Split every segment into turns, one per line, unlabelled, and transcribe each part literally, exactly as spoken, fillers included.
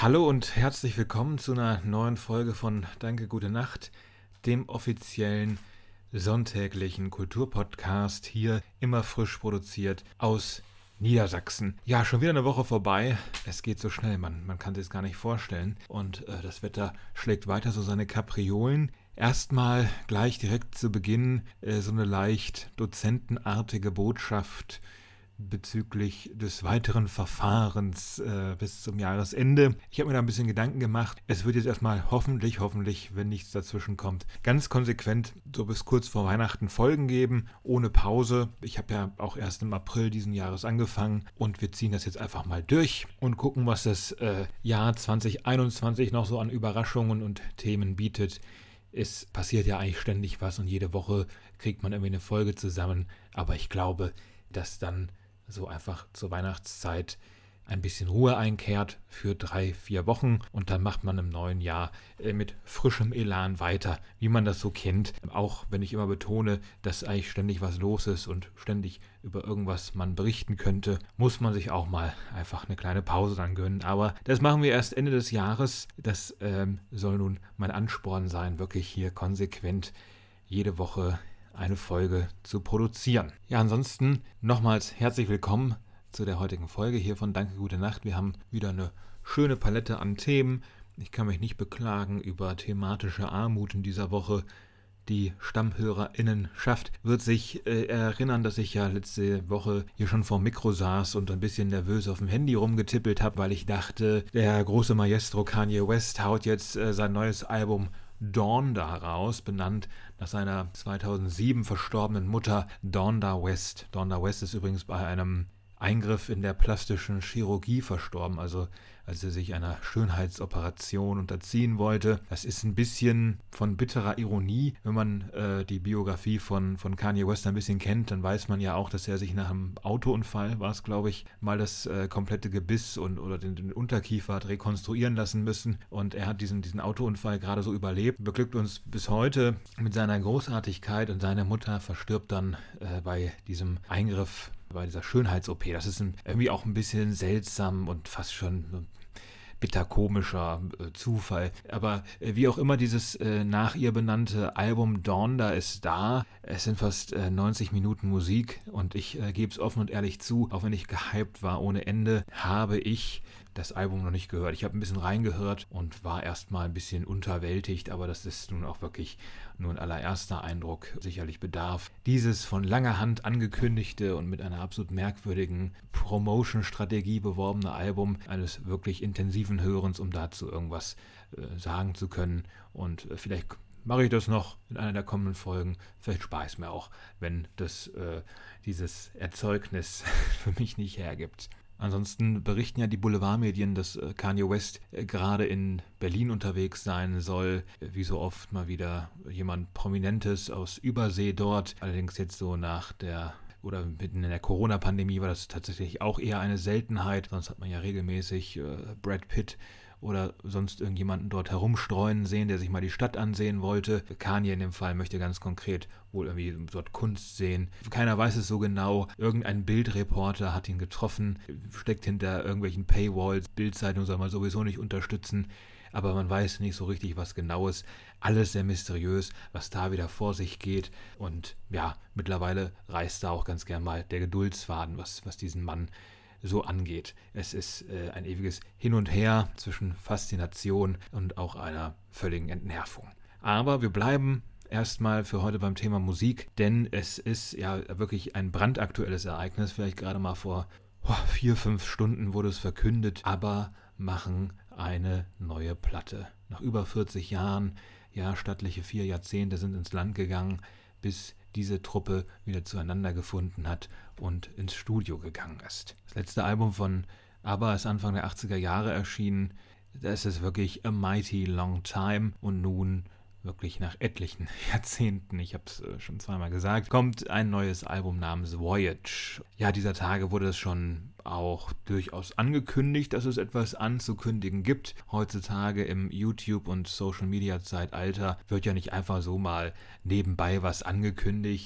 Hallo und herzlich willkommen zu einer neuen Folge von Danke, gute Nacht, dem offiziellen sonntäglichen Kulturpodcast, hier immer frisch produziert aus Niedersachsen. Ja, schon wieder eine Woche vorbei. Es geht so schnell, man, man kann sich es gar nicht vorstellen. Und äh, das Wetter schlägt weiter so seine Kapriolen. Erstmal gleich direkt zu Beginn äh, so eine leicht dozentenartige Botschaft bezüglich des weiteren Verfahrens äh, bis zum Jahresende. Ich habe mir da ein bisschen Gedanken gemacht. Es wird jetzt erstmal hoffentlich, hoffentlich, wenn nichts dazwischen kommt, ganz konsequent so bis kurz vor Weihnachten Folgen geben, ohne Pause. Ich habe ja auch erst im April diesen Jahres angefangen und wir ziehen das jetzt einfach mal durch und gucken, was das äh, Jahr zwanzig einundzwanzig noch so an Überraschungen und Themen bietet. Es passiert ja eigentlich ständig was und jede Woche kriegt man irgendwie eine Folge zusammen, aber ich glaube, dass dann so einfach zur Weihnachtszeit ein bisschen Ruhe einkehrt für drei, vier Wochen und dann macht man im neuen Jahr äh, mit frischem Elan weiter, wie man das so kennt. Auch wenn ich immer betone, dass eigentlich ständig was los ist und ständig über irgendwas man berichten könnte, muss man sich auch mal einfach eine kleine Pause dann gönnen. Aber das machen wir erst Ende des Jahres. Das ähm, soll nun mein Ansporn sein, wirklich hier konsequent jede Woche eine Folge zu produzieren. Ja, ansonsten nochmals herzlich willkommen zu der heutigen Folge hier von Danke, gute Nacht. Wir haben wieder eine schöne Palette an Themen. Ich kann mich nicht beklagen über thematische Armut in dieser Woche. Die StammhörerInnenschaft wird sich äh, erinnern, dass ich ja letzte Woche hier schon vorm Mikro saß und ein bisschen nervös auf dem Handy rumgetippelt habe, weil ich dachte, der große Maestro Kanye West haut jetzt äh, sein neues Album Donda heraus, benannt nach seiner zweitausendsieben verstorbenen Mutter Donda West. Donda West ist übrigens bei einem Eingriff in der plastischen Chirurgie verstorben, also als er sich einer Schönheitsoperation unterziehen wollte. Das ist ein bisschen von bitterer Ironie. Wenn man äh, die Biografie von, von Kanye West ein bisschen kennt, dann weiß man ja auch, dass er sich nach einem Autounfall, war es glaube ich, mal das äh, komplette Gebiss und, oder den, den Unterkiefer hat rekonstruieren lassen müssen. Und er hat diesen, diesen Autounfall gerade so überlebt, beglückt uns bis heute mit seiner Großartigkeit und seine Mutter verstirbt dann äh, bei diesem Eingriff, bei dieser Schönheits-O P. Das ist ein, irgendwie auch ein bisschen seltsam und fast schon bitterkomischer äh, Zufall. Aber äh, wie auch immer, dieses äh, nach ihr benannte Album Donda ist da. Es sind fast äh, neunzig Minuten Musik und ich äh, gebe es offen und ehrlich zu, auch wenn ich gehypt war ohne Ende, habe ich das Album noch nicht gehört. Ich habe ein bisschen reingehört und war erstmal ein bisschen unterwältigt, aber das ist nun auch wirklich nur ein allererster Eindruck. Sicherlich bedarf dieses von langer Hand angekündigte und mit einer absolut merkwürdigen Promotion-Strategie beworbene Album eines wirklich intensiven Hörens, um dazu irgendwas äh, sagen zu können. Und äh, vielleicht mache ich das noch in einer der kommenden Folgen. Vielleicht spare ich es mir auch, wenn das äh, dieses Erzeugnis für mich nicht hergibt. Ansonsten berichten ja die Boulevardmedien, dass Kanye West gerade in Berlin unterwegs sein soll. Wie so oft mal wieder jemand Prominentes aus Übersee dort. Allerdings jetzt so nach der oder mitten in der Corona-Pandemie war das tatsächlich auch eher eine Seltenheit. Sonst hat man ja regelmäßig äh, Brad Pitt oder sonst irgendjemanden dort herumstreuen sehen, der sich mal die Stadt ansehen wollte. Kanye in dem Fall möchte ganz konkret wohl irgendwie dort Kunst sehen. Keiner weiß es so genau. Irgendein Bildreporter hat ihn getroffen, steckt hinter irgendwelchen Paywalls. Bildzeitung soll man sowieso nicht unterstützen. Aber man weiß nicht so richtig, was genau ist. Alles sehr mysteriös, was da wieder vor sich geht. Und ja, mittlerweile reißt da auch ganz gern mal der Geduldsfaden, was, was diesen Mann so angeht. Es ist äh, ein ewiges Hin und Her zwischen Faszination und auch einer völligen Entnervung. Aber wir bleiben erstmal für heute beim Thema Musik, denn es ist ja wirklich ein brandaktuelles Ereignis. Vielleicht gerade mal vor oh, vier, fünf Stunden wurde es verkündet, aber machen eine neue Platte. Nach über vierzig Jahren, ja, stattliche vier Jahrzehnte sind ins Land gegangen, bis diese Truppe wieder zueinander gefunden hat und ins Studio gegangen ist. Das letzte Album von ABBA ist Anfang der achtziger Jahre erschienen. Das ist wirklich a mighty long time und nun wirklich nach etlichen Jahrzehnten, ich habe es äh, schon zweimal gesagt, kommt ein neues Album namens Voyage. Ja, dieser Tage wurde es schon auch durchaus angekündigt, dass es etwas anzukündigen gibt. Heutzutage im YouTube- und Social-Media-Zeitalter wird ja nicht einfach so mal nebenbei was angekündigt.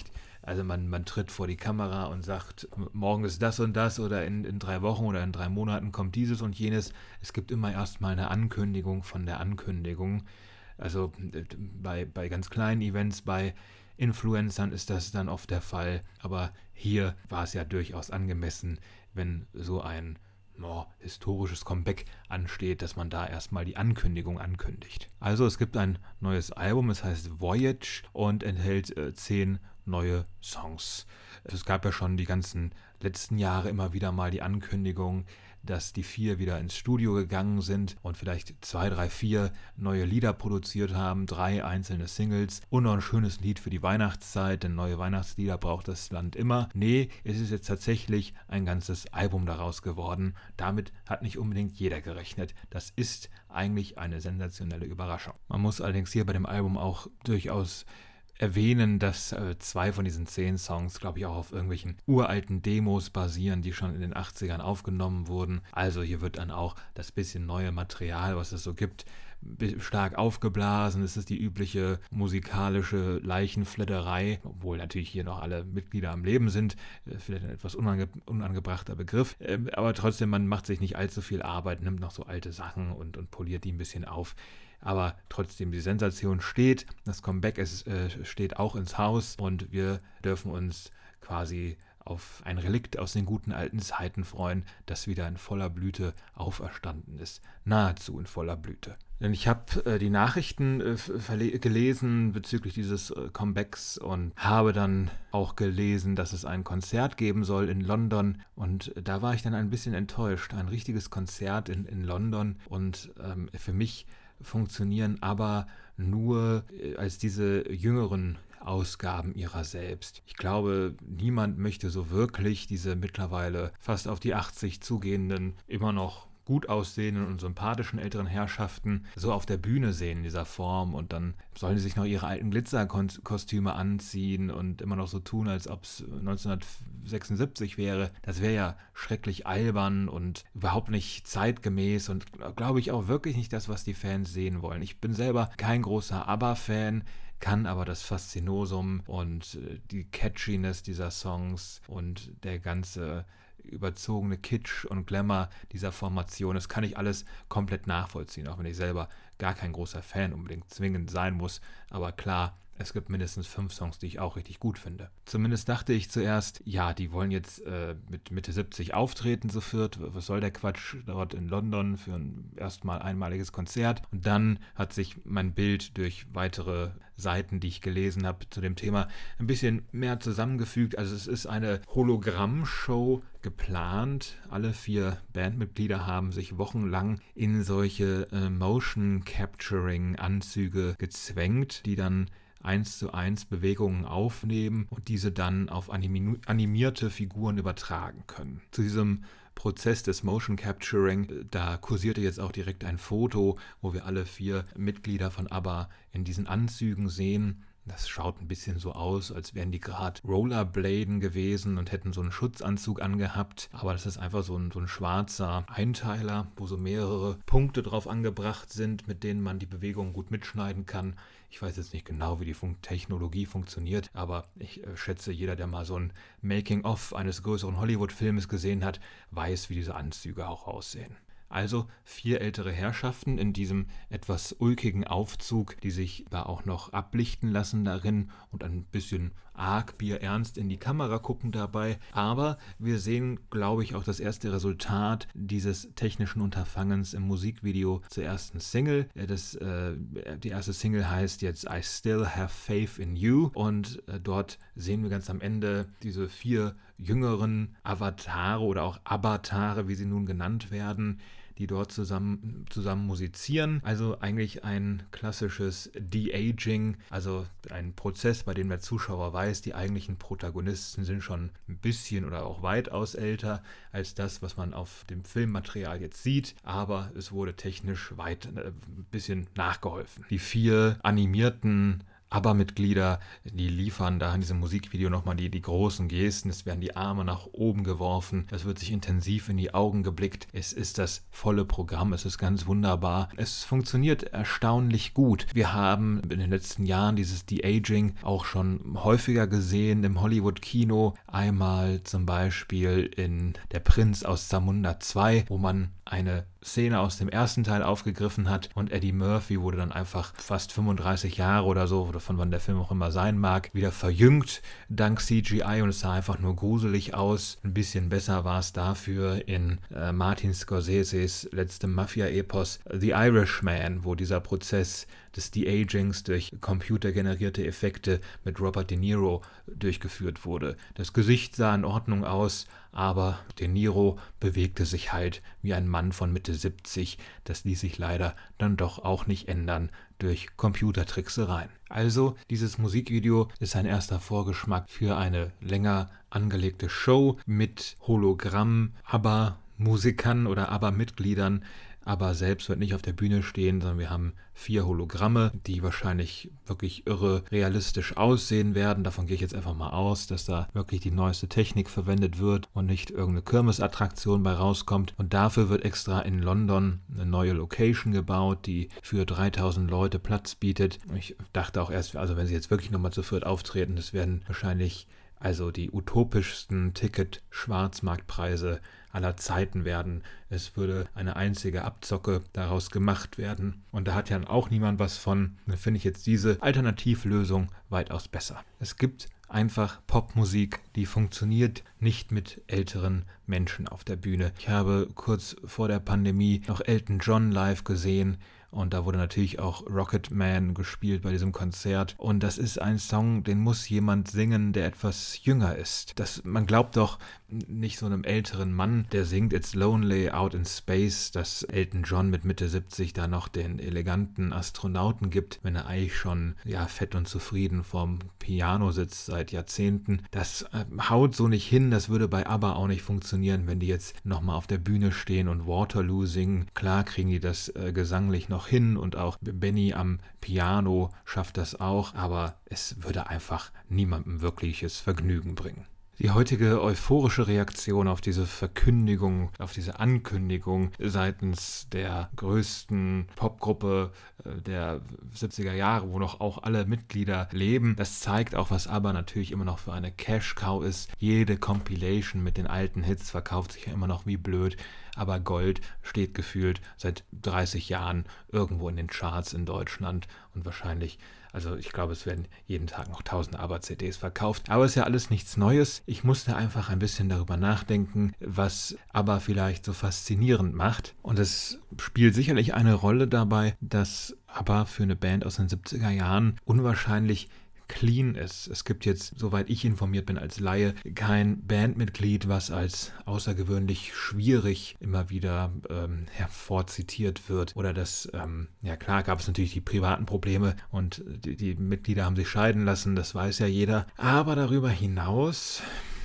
Also man, man tritt vor die Kamera und sagt, morgen ist das und das oder in, in drei Wochen oder in drei Monaten kommt dieses und jenes. Es gibt immer erstmal eine Ankündigung von der Ankündigung. Also bei, bei ganz kleinen Events, bei Influencern ist das dann oft der Fall. Aber hier war es ja durchaus angemessen, wenn so ein oh, historisches Comeback ansteht, dass man da erstmal die Ankündigung ankündigt. Also es gibt ein neues Album, es heißt Voyage und enthält äh, zehn neue Songs. Es gab ja schon die ganzen letzten Jahre immer wieder mal die Ankündigung, dass die vier wieder ins Studio gegangen sind und vielleicht zwei, drei, vier neue Lieder produziert haben, drei einzelne Singles und noch ein schönes Lied für die Weihnachtszeit, denn neue Weihnachtslieder braucht das Land immer. Nee, es ist jetzt tatsächlich ein ganzes Album daraus geworden. Damit hat nicht unbedingt jeder gerechnet. Das ist eigentlich eine sensationelle Überraschung. Man muss allerdings hier bei dem Album auch durchaus erwähnen, dass äh, zwei von diesen zehn Songs, glaube ich, auch auf irgendwelchen uralten Demos basieren, die schon in den achtzigern aufgenommen wurden. Also hier wird dann auch das bisschen neue Material, was es so gibt, stark aufgeblasen. Es ist die übliche musikalische Leichenfledderei, obwohl natürlich hier noch alle Mitglieder am Leben sind. Vielleicht ein etwas unange- unangebrachter Begriff. Ähm, aber trotzdem, man macht sich nicht allzu viel Arbeit, nimmt noch so alte Sachen und, und poliert die ein bisschen auf. Aber trotzdem, die Sensation steht, das Comeback ist, äh, steht auch ins Haus und wir dürfen uns quasi auf ein Relikt aus den guten alten Zeiten freuen, das wieder in voller Blüte auferstanden ist. Nahezu in voller Blüte. Denn ich habe äh, die Nachrichten äh, verle- gelesen bezüglich dieses äh, Comebacks und habe dann auch gelesen, dass es ein Konzert geben soll in London. Und da war ich dann ein bisschen enttäuscht. Ein richtiges Konzert in, in London und ähm, für mich funktionieren aber nur als diese jüngeren Ausgaben ihrer selbst. Ich glaube, niemand möchte so wirklich diese mittlerweile fast auf die achtzig zugehenden, immer noch gut aussehenden und sympathischen älteren Herrschaften so auf der Bühne sehen in dieser Form und dann sollen sie sich noch ihre alten Glitzerkostüme anziehen und immer noch so tun, als ob es neunzehnhundertsechsundsiebzig wäre. Das wäre ja schrecklich albern und überhaupt nicht zeitgemäß und glaube ich auch wirklich nicht das, was die Fans sehen wollen. Ich bin selber kein großer ABBA-Fan, kann aber das Faszinosum und die Catchiness dieser Songs und der ganze überzogene Kitsch und Glamour dieser Formation, das kann ich alles komplett nachvollziehen, auch wenn ich selber gar kein großer Fan unbedingt zwingend sein muss, aber klar, es gibt mindestens fünf Songs, die ich auch richtig gut finde. Zumindest dachte ich zuerst, ja, die wollen jetzt äh, mit Mitte siebzig auftreten, so viert. Was soll der Quatsch dort in London für ein erstmal einmaliges Konzert? Und dann hat sich mein Bild durch weitere Seiten, die ich gelesen habe zu dem Thema, ein bisschen mehr zusammengefügt. Also es ist eine Hologrammshow geplant. Alle vier Bandmitglieder haben sich wochenlang in solche äh, Motion-Capturing-Anzüge gezwängt, die dann eins zu eins Bewegungen aufnehmen und diese dann auf animi- animierte Figuren übertragen können. Zu diesem Prozess des Motion Capturing, da kursierte jetzt auch direkt ein Foto, wo wir alle vier Mitglieder von ABBA in diesen Anzügen sehen. Das schaut ein bisschen so aus, als wären die gerade Rollerbladen gewesen und hätten so einen Schutzanzug angehabt. Aber das ist einfach so ein, so ein schwarzer Einteiler, wo so mehrere Punkte drauf angebracht sind, mit denen man die Bewegung gut mitschneiden kann. Ich weiß jetzt nicht genau, wie die Fun- Technologie funktioniert, aber ich äh, schätze, jeder, der mal so ein Making-of eines größeren Hollywood-Filmes gesehen hat, weiß, wie diese Anzüge auch aussehen. Also vier ältere Herrschaften in diesem etwas ulkigen Aufzug, die sich da auch noch ablichten lassen darin und ein bisschen arg bierernst in die Kamera gucken dabei. Aber wir sehen, glaube ich, auch das erste Resultat dieses technischen Unterfangens im Musikvideo zur ersten Single. Das, äh, die erste Single heißt jetzt I Still Have Faith in You und äh, dort sehen wir ganz am Ende diese vier jüngeren Avatare oder auch Avatare, wie sie nun genannt werden, die dort zusammen, zusammen musizieren. Also eigentlich ein klassisches De-Aging, also ein Prozess, bei dem der Zuschauer weiß, die eigentlichen Protagonisten sind schon ein bisschen oder auch weitaus älter als das, was man auf dem Filmmaterial jetzt sieht, aber es wurde technisch weit äh, ein bisschen nachgeholfen. Die vier animierten ABBA-Mitglieder, die liefern da in diesem Musikvideo nochmal die, die großen Gesten. Es werden die Arme nach oben geworfen. Es wird sich intensiv in die Augen geblickt. Es ist das volle Programm. Es ist ganz wunderbar. Es funktioniert erstaunlich gut. Wir haben in den letzten Jahren dieses De-Aging auch schon häufiger gesehen im Hollywood-Kino. Einmal zum Beispiel in Der Prinz aus Zamunda zwei, wo man eine Szene aus dem ersten Teil aufgegriffen hat und Eddie Murphy wurde dann einfach fast fünfunddreißig Jahre oder so, oder von wann der Film auch immer sein mag, wieder verjüngt dank C G I und es sah einfach nur gruselig aus. Ein bisschen besser war es dafür in äh, Martin Scorseses letztem Mafia-Epos The Irishman, wo dieser Prozess des De-Agings durch computergenerierte Effekte mit Robert De Niro durchgeführt wurde. Das Gesicht sah in Ordnung aus, aber De Niro bewegte sich halt wie ein Mann von Mitte siebzig. Das ließ sich leider dann doch auch nicht ändern durch Computertricksereien. Also, dieses Musikvideo ist ein erster Vorgeschmack für eine länger angelegte Show mit Hologramm, ABBA-Musikern oder ABBA-Mitgliedern. ABBA selbst wird nicht auf der Bühne stehen, sondern wir haben vier Hologramme, die wahrscheinlich wirklich irre realistisch aussehen werden. Davon gehe ich jetzt einfach mal aus, dass da wirklich die neueste Technik verwendet wird und nicht irgendeine Kirmesattraktion bei rauskommt. Und dafür wird extra in London eine neue Location gebaut, die für dreitausend Leute Platz bietet. Ich dachte auch erst, also wenn sie jetzt wirklich nochmal zu viert auftreten, das werden wahrscheinlich also die utopischsten Ticket-Schwarzmarktpreise aller Zeiten werden. Es würde eine einzige Abzocke daraus gemacht werden. Und da hat ja auch niemand was von. Da finde ich jetzt diese Alternativlösung weitaus besser. Es gibt einfach Popmusik, die funktioniert nicht mit älteren Menschen auf der Bühne. Ich habe kurz vor der Pandemie noch Elton John live gesehen. Und da wurde natürlich auch Rocket Man gespielt bei diesem Konzert. Und das ist ein Song, den muss jemand singen, der etwas jünger ist. Das, man glaubt doch nicht so einem älteren Mann, der singt It's Lonely Out in Space, dass Elton John mit Mitte siebzig da noch den eleganten Astronauten gibt, wenn er eigentlich schon ja fett und zufrieden vorm Piano sitzt seit Jahrzehnten. Das äh, haut so nicht hin, das würde bei ABBA auch nicht funktionieren, wenn die jetzt nochmal auf der Bühne stehen und Waterloo singen. Klar kriegen die das äh, gesanglich noch hin und auch Benny am Piano schafft das auch, aber es würde einfach niemandem wirkliches Vergnügen bringen. Die heutige euphorische Reaktion auf diese Verkündigung, auf diese Ankündigung seitens der größten Popgruppe der siebziger Jahre, wo noch auch alle Mitglieder leben, das zeigt auch, was ABBA natürlich immer noch für eine Cash-Cow ist. Jede Compilation mit den alten Hits verkauft sich ja immer noch wie blöd, aber Gold steht gefühlt seit dreißig Jahren irgendwo in den Charts in Deutschland und wahrscheinlich, also ich glaube, es werden jeden Tag noch tausend ABBA-C Ds verkauft. Aber es ist ja alles nichts Neues. Ich musste einfach ein bisschen darüber nachdenken, was ABBA vielleicht so faszinierend macht. Und es spielt sicherlich eine Rolle dabei, dass ABBA für eine Band aus den siebziger Jahren unwahrscheinlich clean ist. Es gibt jetzt, soweit ich informiert bin als Laie, kein Bandmitglied, was als außergewöhnlich schwierig immer wieder ähm, hervorzitiert wird. Oder das, ähm, ja klar, gab es natürlich die privaten Probleme und die, die Mitglieder haben sich scheiden lassen, das weiß ja jeder. Aber darüber hinaus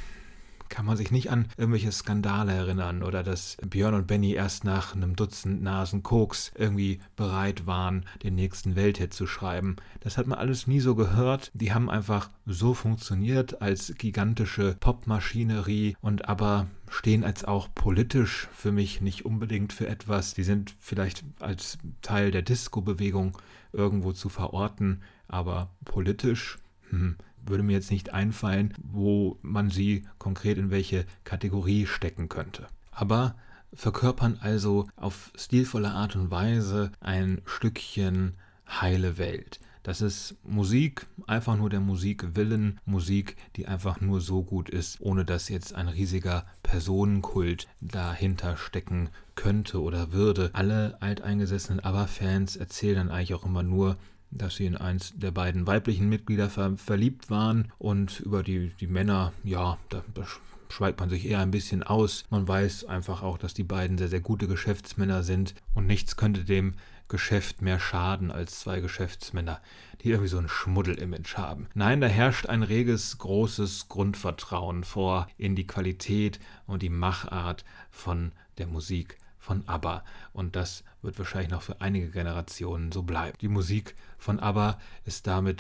kann man sich nicht an irgendwelche Skandale erinnern oder dass Björn und Benny erst nach einem Dutzend Nasen Koks irgendwie bereit waren, den nächsten Welthit zu schreiben. Das hat man alles nie so gehört. Die haben einfach so funktioniert als gigantische Popmaschinerie und aber stehen als auch politisch für mich nicht unbedingt für etwas. Die sind vielleicht als Teil der Disco-Bewegung irgendwo zu verorten, aber politisch, hm, würde mir jetzt nicht einfallen, wo man sie konkret in welche Kategorie stecken könnte. Aber verkörpern also auf stilvolle Art und Weise ein Stückchen heile Welt. Das ist Musik, einfach nur der Musik willen, Musik, die einfach nur so gut ist, ohne dass jetzt ein riesiger Personenkult dahinter stecken könnte oder würde. Alle alteingesessenen ABBA-Fans erzählen dann eigentlich auch immer nur, dass sie in eins der beiden weiblichen Mitglieder ver- verliebt waren und über die, die Männer, ja, da, da schweigt man sich eher ein bisschen aus. Man weiß einfach auch, dass die beiden sehr, sehr gute Geschäftsmänner sind und nichts könnte dem Geschäft mehr schaden als zwei Geschäftsmänner, die irgendwie so ein Schmuddel-Image haben. Nein, da herrscht ein reges, großes Grundvertrauen vor in die Qualität und die Machart von der Musik von ABBA. Und das wird wahrscheinlich noch für einige Generationen so bleiben. Die Musik von ABBA ist damit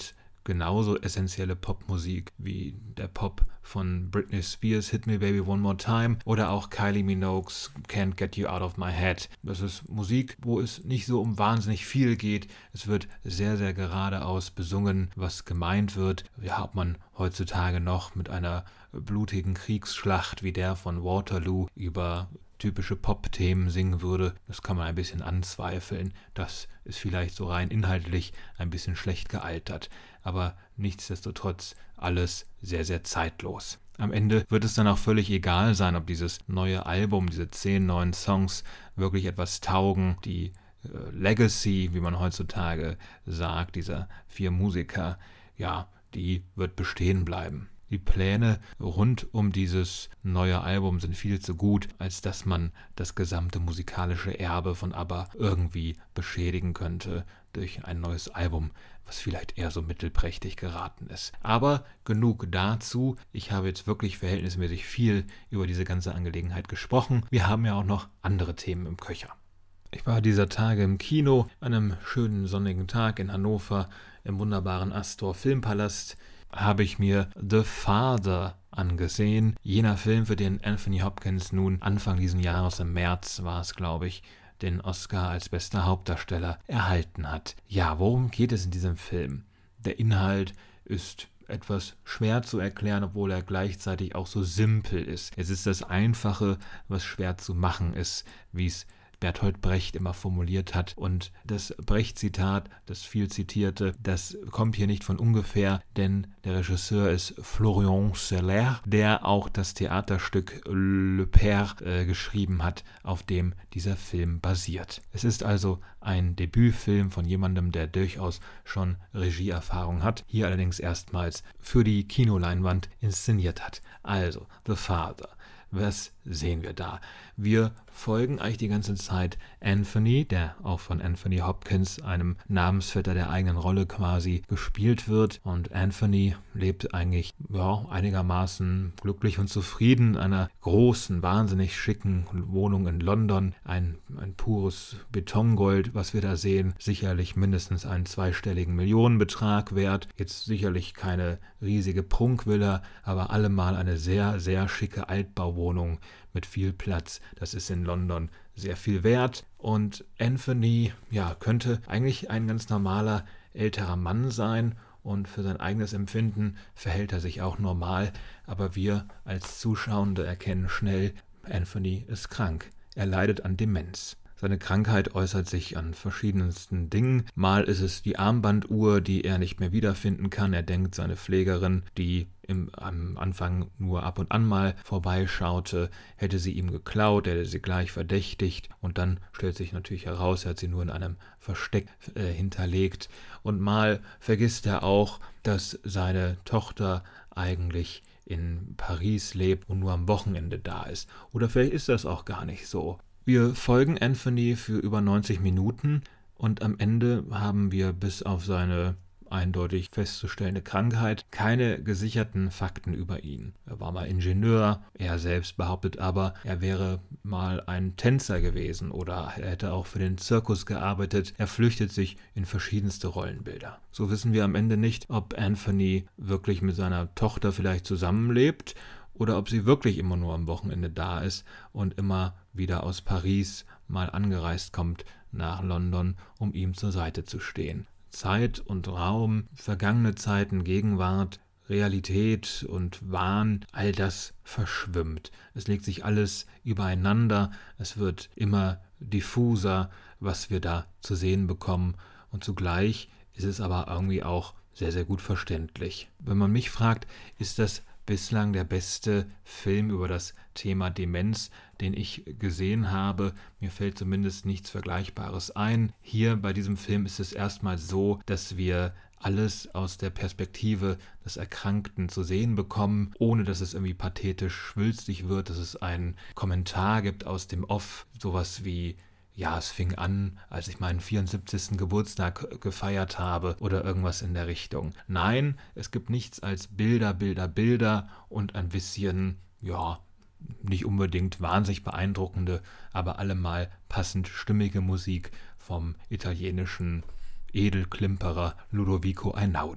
genauso essentielle Popmusik wie der Pop von Britney Spears, Hit Me Baby One More Time, oder auch Kylie Minogue's Can't Get You Out of My Head. Das ist Musik, wo es nicht so um wahnsinnig viel geht. Es wird sehr, sehr geradeaus besungen, was gemeint wird. Ja, ob man heutzutage noch mit einer blutigen Kriegsschlacht wie der von Waterloo über typische Pop-Themen singen würde, das kann man ein bisschen anzweifeln. Das ist vielleicht so rein inhaltlich ein bisschen schlecht gealtert, aber nichtsdestotrotz alles sehr, sehr zeitlos. Am Ende wird es dann auch völlig egal sein, ob dieses neue Album, diese zehn neuen Songs wirklich etwas taugen. Die äh, Legacy, wie man heutzutage sagt, dieser vier Musiker, ja, die wird bestehen bleiben. Die Pläne rund um dieses neue Album sind viel zu gut, als dass man das gesamte musikalische Erbe von ABBA irgendwie beschädigen könnte durch ein neues Album, was vielleicht eher so mittelprächtig geraten ist. Aber genug dazu. Ich habe jetzt wirklich verhältnismäßig viel über diese ganze Angelegenheit gesprochen. Wir haben ja auch noch andere Themen im Köcher. Ich war dieser Tage im Kino, an einem schönen sonnigen Tag in Hannover, im wunderbaren Astor Filmpalast, habe ich mir The Father angesehen. Jener Film, für den Anthony Hopkins nun Anfang diesen Jahres, im März war es, glaube ich, den Oscar als bester Hauptdarsteller erhalten hat. Ja, worum geht es in diesem Film? Der Inhalt ist etwas schwer zu erklären, obwohl er gleichzeitig auch so simpel ist. Es ist das Einfache, was schwer zu machen ist, wie es Bertolt Brecht immer formuliert hat. Und das Brecht-Zitat, das viel zitierte, das kommt hier nicht von ungefähr, denn der Regisseur ist Florian Zeller, der auch das Theaterstück Le Père äh, geschrieben hat, auf dem dieser Film basiert. Es ist also ein Debütfilm von jemandem, der durchaus schon Regieerfahrung hat, hier allerdings erstmals für die Kinoleinwand inszeniert hat. Also, The Father. Was sehen wir da? Wir folgen eigentlich die ganze Zeit Anthony, der auch von Anthony Hopkins, einem Namensvetter der eigenen Rolle quasi, gespielt wird. Und Anthony lebt eigentlich ja, einigermaßen glücklich und zufrieden in einer großen, wahnsinnig schicken Wohnung in London. Ein, ein pures Betongold, was wir da sehen. Sicherlich mindestens einen zweistelligen Millionenbetrag wert. Jetzt sicherlich keine riesige Prunkvilla, aber allemal eine sehr, sehr schicke Altbauwohnung mit viel Platz. Das ist in London sehr viel wert. Und Anthony, ja, könnte eigentlich ein ganz normaler älterer Mann sein und für sein eigenes Empfinden verhält er sich auch normal. Aber wir als Zuschauende erkennen schnell, Anthony ist krank. Er leidet an Demenz. Seine Krankheit äußert sich an verschiedensten Dingen. Mal ist es die Armbanduhr, die er nicht mehr wiederfinden kann. Er denkt, seine Pflegerin, die im, am Anfang nur ab und an mal vorbeischaute, hätte sie ihm geklaut, er hätte sie gleich verdächtigt. Und dann stellt sich natürlich heraus, er hat sie nur in einem Versteck äh, hinterlegt. Und mal vergisst er auch, dass seine Tochter eigentlich in Paris lebt und nur am Wochenende da ist. Oder vielleicht ist das auch gar nicht so. Wir folgen Anthony für über neunzig Minuten und am Ende haben wir bis auf seine eindeutig festzustellende Krankheit keine gesicherten Fakten über ihn. Er war mal Ingenieur, er selbst behauptet aber, er wäre mal ein Tänzer gewesen oder er hätte auch für den Zirkus gearbeitet. Er flüchtet sich in verschiedenste Rollenbilder. So wissen wir am Ende nicht, ob Anthony wirklich mit seiner Tochter vielleicht zusammenlebt oder ob sie wirklich immer nur am Wochenende da ist und immer wieder aus Paris mal angereist kommt nach London, um ihm zur Seite zu stehen. Zeit und Raum, vergangene Zeiten, Gegenwart, Realität und Wahn, all das verschwimmt. Es legt sich alles übereinander, es wird immer diffuser, was wir da zu sehen bekommen und zugleich ist es aber irgendwie auch sehr, sehr gut verständlich. Wenn man mich fragt, ist das bislang der beste Film über das Thema Demenz, den ich gesehen habe. Mir fällt zumindest nichts Vergleichbares ein. Hier bei diesem Film ist es erstmal so, dass wir alles aus der Perspektive des Erkrankten zu sehen bekommen, ohne dass es irgendwie pathetisch schwülstig wird, dass es einen Kommentar gibt aus dem Off, sowas wie ja, es fing an, als ich meinen vierundsiebzigsten Geburtstag gefeiert habe oder irgendwas in der Richtung. Nein, es gibt nichts als Bilder, Bilder, Bilder und ein bisschen, ja, nicht unbedingt wahnsinnig beeindruckende, aber allemal passend stimmige Musik vom italienischen Edelklimperer Ludovico Einaudi.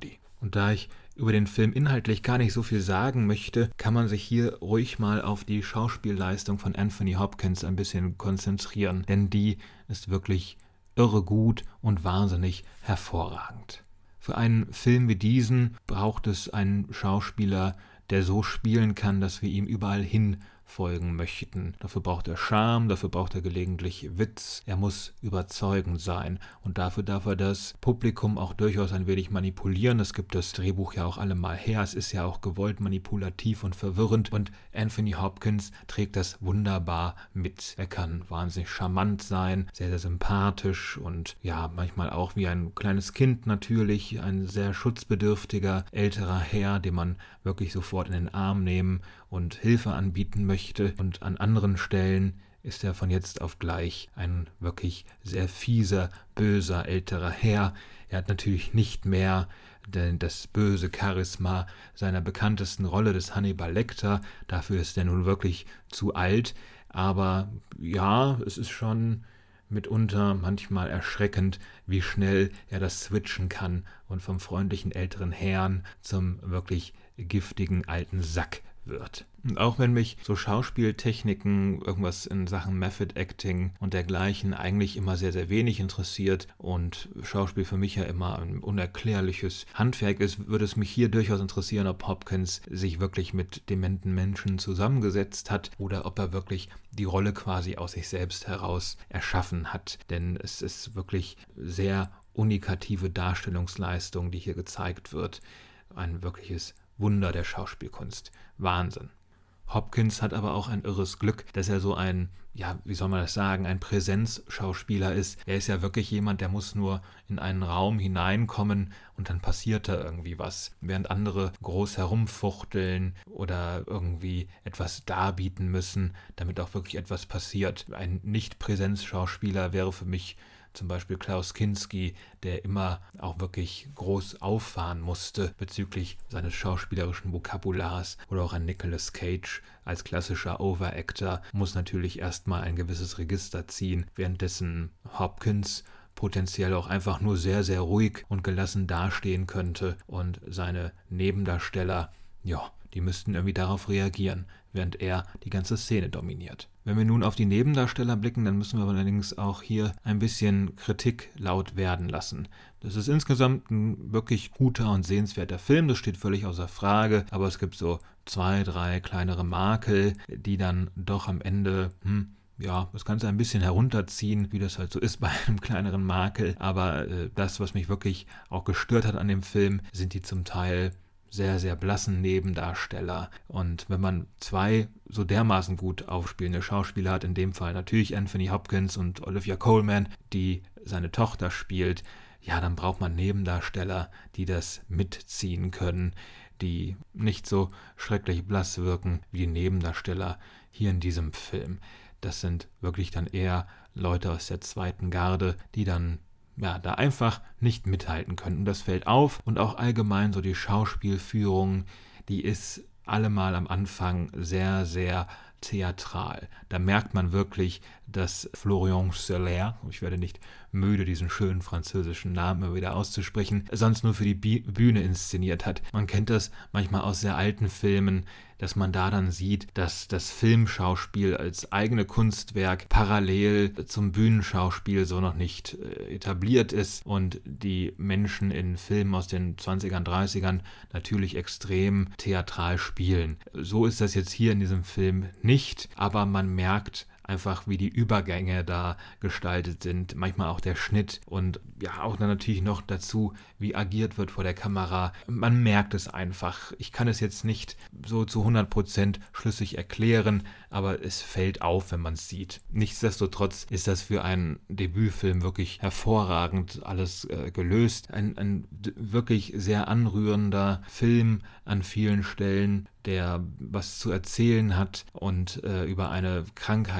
Und da ich über den Film inhaltlich gar nicht so viel sagen möchte, kann man sich hier ruhig mal auf die Schauspielleistung von Anthony Hopkins ein bisschen konzentrieren, denn die ist wirklich irre gut und wahnsinnig hervorragend. Für einen Film wie diesen braucht es einen Schauspieler, der so spielen kann, dass wir ihm überall hin folgen möchten. Dafür braucht er Charme, dafür braucht er gelegentlich Witz, er muss überzeugend sein und dafür darf er das Publikum auch durchaus ein wenig manipulieren. Das gibt das Drehbuch ja auch allemal her, es ist ja auch gewollt manipulativ und verwirrend und Anthony Hopkins trägt das wunderbar mit. Er kann wahnsinnig charmant sein, sehr, sehr sympathisch und ja, manchmal auch wie ein kleines Kind natürlich, ein sehr schutzbedürftiger älterer Herr, den man wirklich sofort in den Arm nehmen und Hilfe anbieten möchte. Und an anderen Stellen ist er von jetzt auf gleich ein wirklich sehr fieser, böser älterer Herr. Er hat natürlich nicht mehr denn das böse Charisma seiner bekanntesten Rolle des Hannibal Lecter. Dafür ist er nun wirklich zu alt. Aber ja, es ist schon mitunter manchmal erschreckend, wie schnell er das switchen kann und vom freundlichen älteren Herrn zum wirklich giftigen alten Sack wird. Und auch wenn mich so Schauspieltechniken, irgendwas in Sachen Method Acting und dergleichen eigentlich immer sehr, sehr wenig interessiert und Schauspiel für mich ja immer ein unerklärliches Handwerk ist, würde es mich hier durchaus interessieren, ob Hopkins sich wirklich mit dementen Menschen zusammengesetzt hat oder ob er wirklich die Rolle quasi aus sich selbst heraus erschaffen hat. Denn es ist wirklich sehr unikative Darstellungsleistung, die hier gezeigt wird. Ein wirkliches Wunder der Schauspielkunst. Wahnsinn. Hopkins hat aber auch ein irres Glück, dass er so ein, ja, wie soll man das sagen, ein Präsenzschauspieler ist. Er ist ja wirklich jemand, der muss nur in einen Raum hineinkommen und dann passiert da irgendwie was. Während andere groß herumfuchteln oder irgendwie etwas darbieten müssen, damit auch wirklich etwas passiert. Ein Nicht-Präsenzschauspieler wäre für mich zum Beispiel Klaus Kinski, der immer auch wirklich groß auffahren musste bezüglich seines schauspielerischen Vokabulars, oder auch ein Nicolas Cage als klassischer Overactor muss natürlich erstmal ein gewisses Register ziehen, währenddessen Hopkins potenziell auch einfach nur sehr, sehr ruhig und gelassen dastehen könnte und seine Nebendarsteller, ja, die müssten irgendwie darauf reagieren, während er die ganze Szene dominiert. Wenn wir nun auf die Nebendarsteller blicken, dann müssen wir allerdings auch hier ein bisschen Kritik laut werden lassen. Das ist insgesamt ein wirklich guter und sehenswerter Film, das steht völlig außer Frage, aber es gibt so zwei, drei kleinere Makel, die dann doch am Ende, hm, ja, das Ganze ein bisschen herunterziehen, wie das halt so ist bei einem kleineren Makel, aber äh, das, was mich wirklich auch gestört hat an dem Film, sind die zum Teil sehr, sehr blassen Nebendarsteller. Und wenn man zwei so dermaßen gut aufspielende Schauspieler hat, in dem Fall natürlich Anthony Hopkins und Olivia Colman, die seine Tochter spielt, ja, dann braucht man Nebendarsteller, die das mitziehen können, die nicht so schrecklich blass wirken wie die Nebendarsteller hier in diesem Film. Das sind wirklich dann eher Leute aus der zweiten Garde, die dann ja, da einfach nicht mithalten können. Und das fällt auf und auch allgemein so die Schauspielführung, die ist allemal am Anfang sehr, sehr theatral. Da merkt man wirklich, dass Florian Zeller, ich werde nicht müde, diesen schönen französischen Namen immer wieder auszusprechen, sonst nur für die Bühne inszeniert hat. Man kennt das manchmal aus sehr alten Filmen, dass man da dann sieht, dass das Filmschauspiel als eigene Kunstwerk parallel zum Bühnenschauspiel so noch nicht äh, etabliert ist und die Menschen in Filmen aus den zwanzigern, dreißigern natürlich extrem theatral spielen. So ist das jetzt hier in diesem Film nicht, aber man merkt einfach, wie die Übergänge da gestaltet sind, manchmal auch der Schnitt und ja, auch dann natürlich noch dazu, wie agiert wird vor der Kamera. Man merkt es einfach. Ich kann es jetzt nicht so zu hundert Prozent schlüssig erklären, aber es fällt auf, wenn man es sieht. Nichtsdestotrotz ist das für einen Debütfilm wirklich hervorragend alles äh, gelöst. Ein, ein wirklich sehr anrührender Film an vielen Stellen, der was zu erzählen hat und äh, über eine Krankheit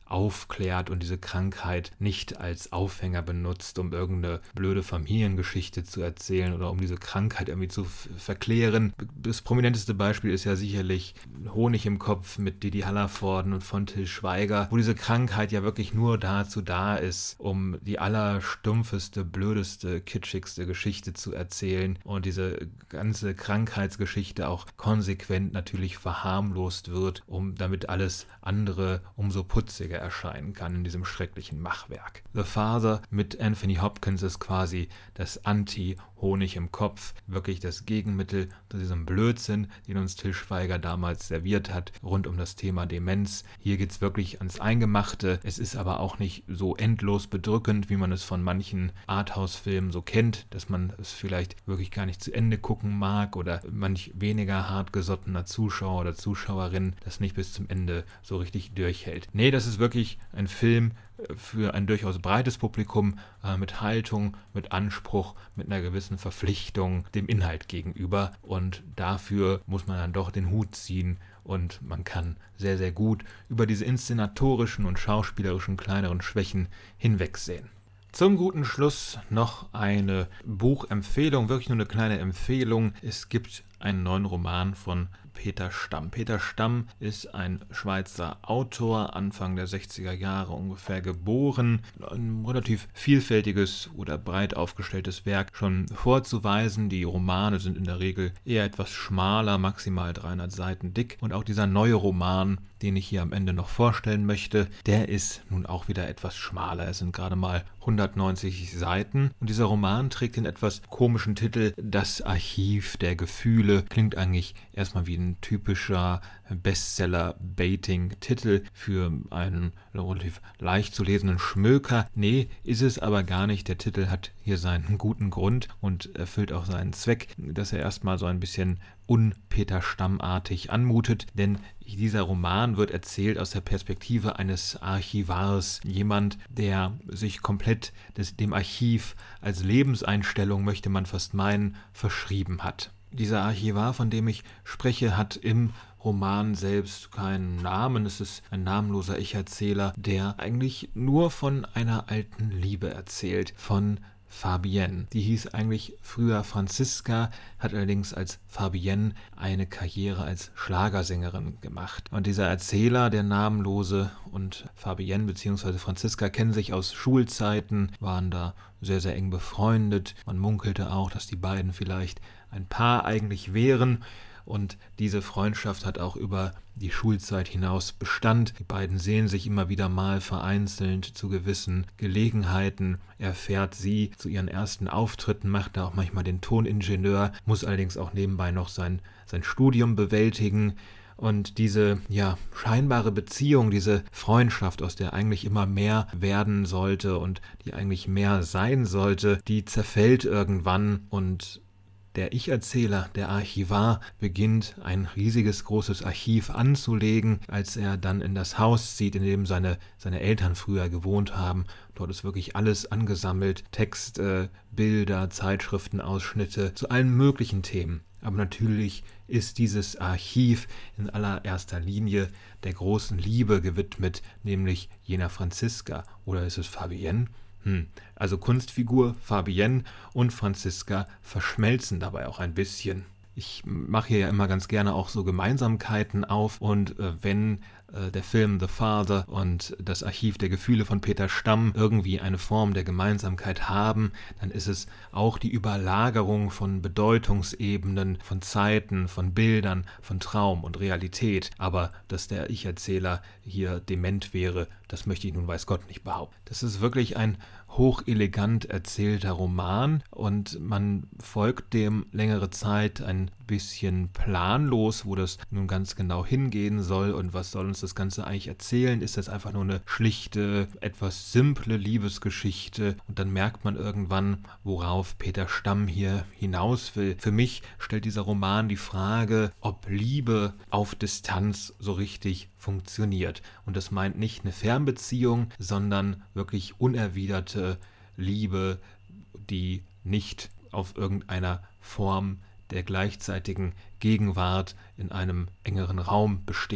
aufklärt und diese Krankheit nicht als Aufhänger benutzt, um irgendeine blöde Familiengeschichte zu erzählen oder um diese Krankheit irgendwie zu f- verklären. Das prominenteste Beispiel ist ja sicherlich Honig im Kopf mit Didi Hallervorden und von Til Schweiger, wo diese Krankheit ja wirklich nur dazu da ist, um die allerstumpfeste, blödeste, kitschigste Geschichte zu erzählen und diese ganze Krankheitsgeschichte auch konsequent natürlich verharmlost wird, um damit alles andere umso putziger erscheinen kann in diesem schrecklichen Machwerk. The Father mit Anthony Hopkins ist quasi das Anti-Honig im Kopf, wirklich das Gegenmittel zu diesem Blödsinn, den uns Til Schweiger damals serviert hat, rund um das Thema Demenz. Hier geht es wirklich ans Eingemachte. Es ist aber auch nicht so endlos bedrückend, wie man es von manchen Arthouse-Filmen so kennt, dass man es vielleicht wirklich gar nicht zu Ende gucken mag oder manch weniger hartgesottener Zuschauer oder Zuschauerin das nicht bis zum Ende so richtig durchhält. Nee, das ist wirklich ein Film für ein durchaus breites Publikum, äh, mit Haltung, mit Anspruch, mit einer gewissen Verpflichtung dem Inhalt gegenüber, und dafür muss man dann doch den Hut ziehen und man kann sehr, sehr gut über diese inszenatorischen und schauspielerischen kleineren Schwächen hinwegsehen. Zum guten Schluss noch eine Buchempfehlung, wirklich nur eine kleine Empfehlung. Es gibt einen neuen Roman von Peter Stamm. Peter Stamm ist ein Schweizer Autor, Anfang der sechziger Jahre ungefähr geboren. Ein relativ vielfältiges oder breit aufgestelltes Werk schon vorzuweisen. Die Romane sind in der Regel eher etwas schmaler, maximal dreihundert Seiten dick. Und auch dieser neue Roman, den ich hier am Ende noch vorstellen möchte, der ist nun auch wieder etwas schmaler. Es sind gerade mal hundertneunzig Seiten. Und dieser Roman trägt den etwas komischen Titel Das Archiv der Gefühle. Klingt eigentlich erstmal wie ein typischer Bestseller-Baiting-Titel für einen relativ leicht zu lesenden Schmöker. Nee, ist es aber gar nicht. Der Titel hat hier seinen guten Grund und erfüllt auch seinen Zweck, dass er erstmal so ein bisschen un-Peter Stamm-artig anmutet, denn dieser Roman wird erzählt aus der Perspektive eines Archivars, jemand, der sich komplett des, dem Archiv als Lebenseinstellung, möchte man fast meinen, verschrieben hat. Dieser Archivar, von dem ich spreche, hat im Roman selbst keinen Namen. Es ist ein namenloser Ich-Erzähler, der eigentlich nur von einer alten Liebe erzählt, von Fabienne. Die hieß eigentlich früher Franziska, hat allerdings als Fabienne eine Karriere als Schlagersängerin gemacht. Und dieser Erzähler, der Namenlose, und Fabienne bzw. Franziska kennen sich aus Schulzeiten, waren da sehr, sehr eng befreundet. Man munkelte auch, dass die beiden vielleicht ein Paar eigentlich wären. Und diese Freundschaft hat auch über die Schulzeit hinaus Bestand. Die beiden sehen sich immer wieder mal vereinzelt zu gewissen Gelegenheiten. Er fährt sie zu ihren ersten Auftritten, macht da auch manchmal den Toningenieur, muss allerdings auch nebenbei noch sein, sein Studium bewältigen. Und diese ja scheinbare Beziehung, diese Freundschaft, aus der eigentlich immer mehr werden sollte und die eigentlich mehr sein sollte, die zerfällt irgendwann, und der Ich-Erzähler, der Archivar, beginnt ein riesiges, großes Archiv anzulegen, als er dann in das Haus zieht, in dem seine, seine Eltern früher gewohnt haben. Dort ist wirklich alles angesammelt, Texte, Bilder, Zeitschriftenausschnitte zu allen möglichen Themen. Aber natürlich ist dieses Archiv in allererster Linie der großen Liebe gewidmet, nämlich jener Franziska. Oder ist es Fabienne? Hm. Also Kunstfigur Fabienne und Franziska verschmelzen dabei auch ein bisschen. Ich mache hier ja immer ganz gerne auch so Gemeinsamkeiten auf, und äh, wenn äh, der Film The Father und das Archiv der Gefühle von Peter Stamm irgendwie eine Form der Gemeinsamkeit haben, dann ist es auch die Überlagerung von Bedeutungsebenen, von Zeiten, von Bildern, von Traum und Realität. Aber dass der Ich-Erzähler hier dement wäre, das möchte ich nun weiß Gott nicht behaupten. Das ist wirklich ein hochelegant erzählter Roman, und man folgt dem längere Zeit ein bisschen planlos, wo das nun ganz genau hingehen soll und was soll uns das Ganze eigentlich erzählen. Ist das einfach nur eine schlichte, etwas simple Liebesgeschichte, und dann merkt man irgendwann, worauf Peter Stamm hier hinaus will. Für mich stellt dieser Roman die Frage, ob Liebe auf Distanz so richtig funktioniert. Und das meint nicht eine Fernbeziehung, sondern wirklich unerwiderte Liebe, die nicht auf irgendeiner Form der gleichzeitigen Gegenwart in einem engeren Raum besteht.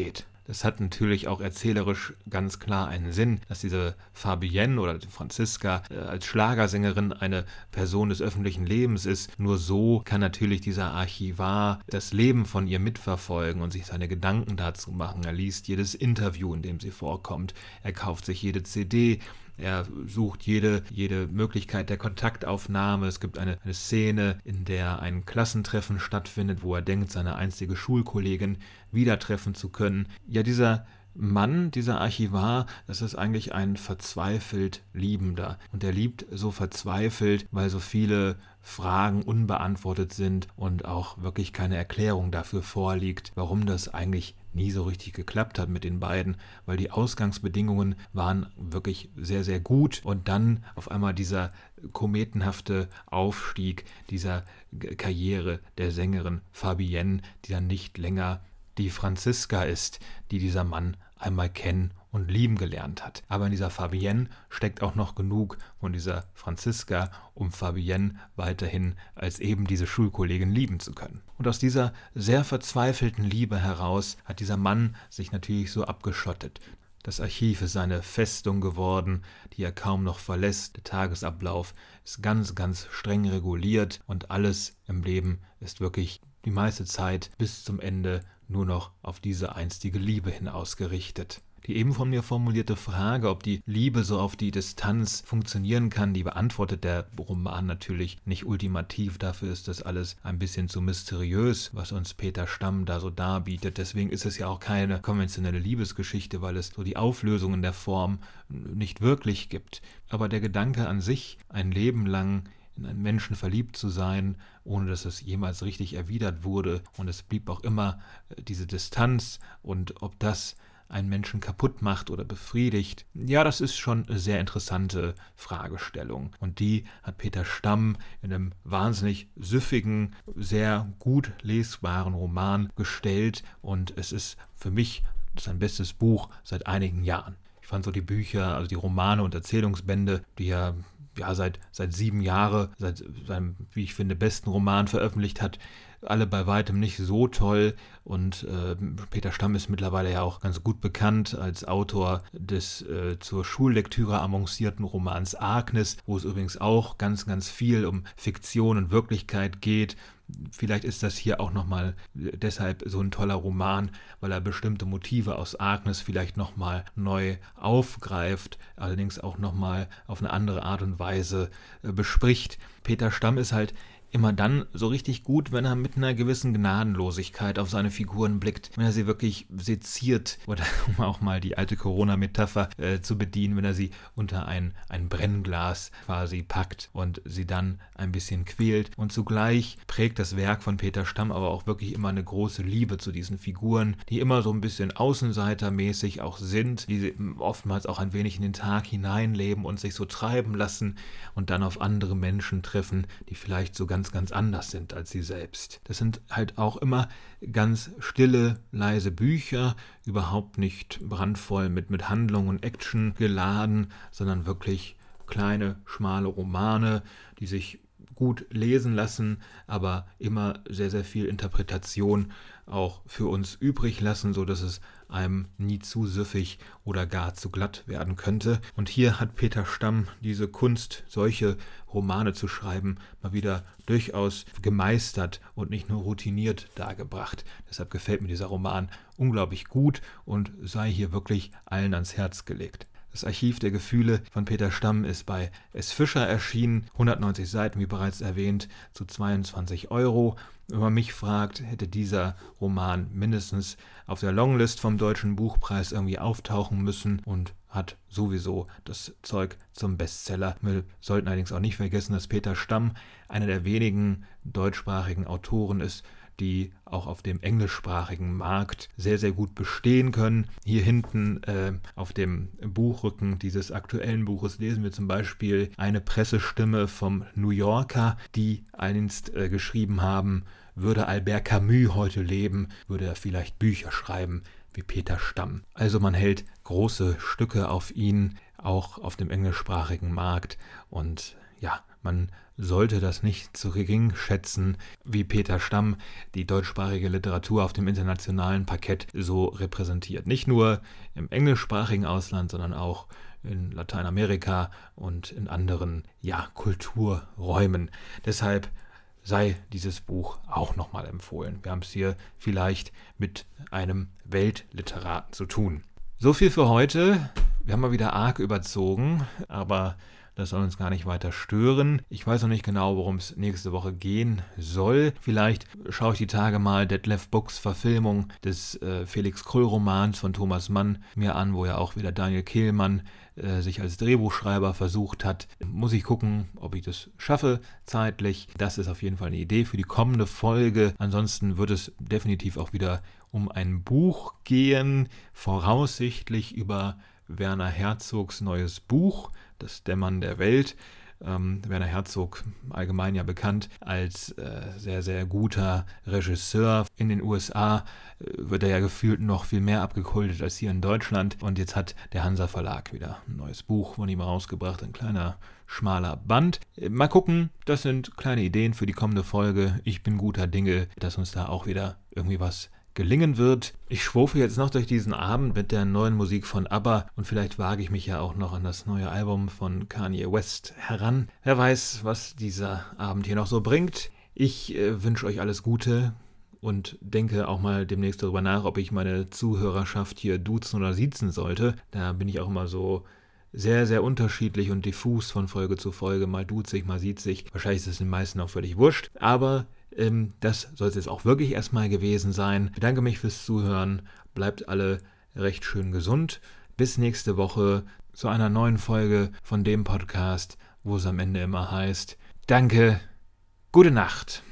Das hat natürlich auch erzählerisch ganz klar einen Sinn, dass diese Fabienne oder Franziska äh, als Schlagersängerin eine Person des öffentlichen Lebens ist. Nur so kann natürlich dieser Archivar das Leben von ihr mitverfolgen und sich seine Gedanken dazu machen. Er liest jedes Interview, in dem sie vorkommt. Er kauft sich jede C D. Er sucht jede, jede Möglichkeit der Kontaktaufnahme. Es gibt eine, eine Szene, in der ein Klassentreffen stattfindet, wo er denkt, seine einstige Schulkollegin wieder treffen zu können. Ja, dieser Mann, dieser Archivar, das ist eigentlich ein verzweifelt Liebender. Und er liebt so verzweifelt, weil so viele Fragen unbeantwortet sind und auch wirklich keine Erklärung dafür vorliegt, warum das eigentlich nie so richtig geklappt hat mit den beiden, weil die Ausgangsbedingungen waren wirklich sehr, sehr gut und dann auf einmal dieser kometenhafte Aufstieg dieser Karriere der Sängerin Fabienne, die dann nicht länger die Franziska ist, die dieser Mann einmal kennen und lieben gelernt hat. Aber in dieser Fabienne steckt auch noch genug von dieser Franziska, um Fabienne weiterhin als eben diese Schulkollegin lieben zu können. Und aus dieser sehr verzweifelten Liebe heraus hat dieser Mann sich natürlich so abgeschottet. Das Archiv ist seine Festung geworden, die er kaum noch verlässt. Der Tagesablauf ist ganz, ganz streng reguliert und alles im Leben ist wirklich die meiste Zeit bis zum Ende nur noch auf diese einstige Liebe hin ausgerichtet. Die eben von mir formulierte Frage, ob die Liebe so auf die Distanz funktionieren kann, die beantwortet der Roman natürlich nicht ultimativ. Dafür ist das alles ein bisschen zu mysteriös, was uns Peter Stamm da so darbietet. Deswegen ist es ja auch keine konventionelle Liebesgeschichte, weil es so die Auflösung in der Form nicht wirklich gibt. Aber der Gedanke an sich, ein Leben lang in einen Menschen verliebt zu sein, ohne dass es jemals richtig erwidert wurde, und es blieb auch immer diese Distanz, und ob das einen Menschen kaputt macht oder befriedigt, ja, das ist schon eine sehr interessante Fragestellung. Und die hat Peter Stamm in einem wahnsinnig süffigen, sehr gut lesbaren Roman gestellt, und es ist für mich sein bestes Buch seit einigen Jahren. Ich fand so die Bücher, also die Romane und Erzählungsbände, die er ja seit, seit sieben Jahren, seit seinem, wie ich finde, besten Roman veröffentlicht hat, alle bei weitem nicht so toll, und äh, Peter Stamm ist mittlerweile ja auch ganz gut bekannt als Autor des äh, zur Schullektüre avancierten Romans Agnes, wo es übrigens auch ganz, ganz viel um Fiktion und Wirklichkeit geht. Vielleicht ist das hier auch nochmal deshalb so ein toller Roman, weil er bestimmte Motive aus Agnes vielleicht nochmal neu aufgreift, allerdings auch nochmal auf eine andere Art und Weise äh, bespricht. Peter Stamm ist halt immer dann so richtig gut, wenn er mit einer gewissen Gnadenlosigkeit auf seine Figuren blickt, wenn er sie wirklich seziert, oder um auch mal die alte Corona-Metapher äh, zu bedienen, wenn er sie unter ein, ein Brennglas quasi packt und sie dann ein bisschen quält. Und zugleich prägt das Werk von Peter Stamm aber auch wirklich immer eine große Liebe zu diesen Figuren, die immer so ein bisschen außenseitermäßig auch sind, die oftmals auch ein wenig in den Tag hineinleben und sich so treiben lassen und dann auf andere Menschen treffen, die vielleicht so ganz, ganz anders sind als sie selbst. Das sind halt auch immer ganz stille, leise Bücher, überhaupt nicht brandvoll mit, mit Handlung und Action geladen, sondern wirklich kleine, schmale Romane, die sich gut lesen lassen, aber immer sehr, sehr viel Interpretation auch für uns übrig lassen, sodass es einem nie zu süffig oder gar zu glatt werden könnte. Und hier hat Peter Stamm diese Kunst, solche Romane zu schreiben, mal wieder durchaus gemeistert und nicht nur routiniert dargebracht. Deshalb gefällt mir dieser Roman unglaublich gut und sei hier wirklich allen ans Herz gelegt. Das Archiv der Gefühle von Peter Stamm ist bei S. Fischer erschienen, hundertneunzig Seiten, wie bereits erwähnt, zu zweiundzwanzig Euro. Wenn man mich fragt, hätte dieser Roman mindestens auf der Longlist vom Deutschen Buchpreis irgendwie auftauchen müssen und hat sowieso das Zeug zum Bestseller. Wir sollten allerdings auch nicht vergessen, dass Peter Stamm einer der wenigen deutschsprachigen Autoren ist, die auch auf dem englischsprachigen Markt sehr, sehr gut bestehen können. Hier hinten äh, auf dem Buchrücken dieses aktuellen Buches lesen wir zum Beispiel eine Pressestimme vom New Yorker, die einst äh, geschrieben haben, würde Albert Camus heute leben, würde er vielleicht Bücher schreiben wie Peter Stamm. Also man hält große Stücke auf ihn, auch auf dem englischsprachigen Markt, und ja, man sollte das nicht zu gering schätzen, wie Peter Stamm die deutschsprachige Literatur auf dem internationalen Parkett so repräsentiert. Nicht nur im englischsprachigen Ausland, sondern auch in Lateinamerika und in anderen, ja, Kulturräumen. Deshalb sei dieses Buch auch nochmal empfohlen. Wir haben es hier vielleicht mit einem Weltliteraten zu tun. So viel für heute. Wir haben mal wieder arg überzogen, aber das soll uns gar nicht weiter stören. Ich weiß noch nicht genau, worum es nächste Woche gehen soll. Vielleicht schaue ich die Tage mal Detlef Books Verfilmung des äh, Felix Krull-Romans von Thomas Mann mir an, wo ja auch wieder Daniel Kehlmann äh, sich als Drehbuchschreiber versucht hat. Muss ich gucken, ob ich das schaffe zeitlich. Das ist auf jeden Fall eine Idee für die kommende Folge. Ansonsten wird es definitiv auch wieder um ein Buch gehen, voraussichtlich über Werner Herzogs neues Buch, Das Dämmern der Welt. Ähm, Werner Herzog, allgemein ja bekannt als äh, sehr, sehr guter Regisseur. In den U S A äh, wird er ja gefühlt noch viel mehr abgekultet als hier in Deutschland. Und jetzt hat der Hansa Verlag wieder ein neues Buch von ihm rausgebracht, ein kleiner, schmaler Band. Äh, mal gucken, das sind kleine Ideen für die kommende Folge. Ich bin guter Dinge, dass uns da auch wieder irgendwie was gelingen wird. Ich schwufe jetzt noch durch diesen Abend mit der neuen Musik von ABBA und vielleicht wage ich mich ja auch noch an das neue Album von Kanye West heran. Wer weiß, was dieser Abend hier noch so bringt. Ich äh, wünsche euch alles Gute und denke auch mal demnächst darüber nach, ob ich meine Zuhörerschaft hier duzen oder siezen sollte. Da bin ich auch immer so sehr, sehr unterschiedlich und diffus von Folge zu Folge. Mal duzig, mal siezig. Wahrscheinlich ist es den meisten auch völlig wurscht. Aber ähm, das soll es jetzt auch wirklich erstmal gewesen sein. Ich bedanke mich fürs Zuhören. Bleibt alle recht schön gesund. Bis nächste Woche zu einer neuen Folge von dem Podcast, wo es am Ende immer heißt: Danke, gute Nacht.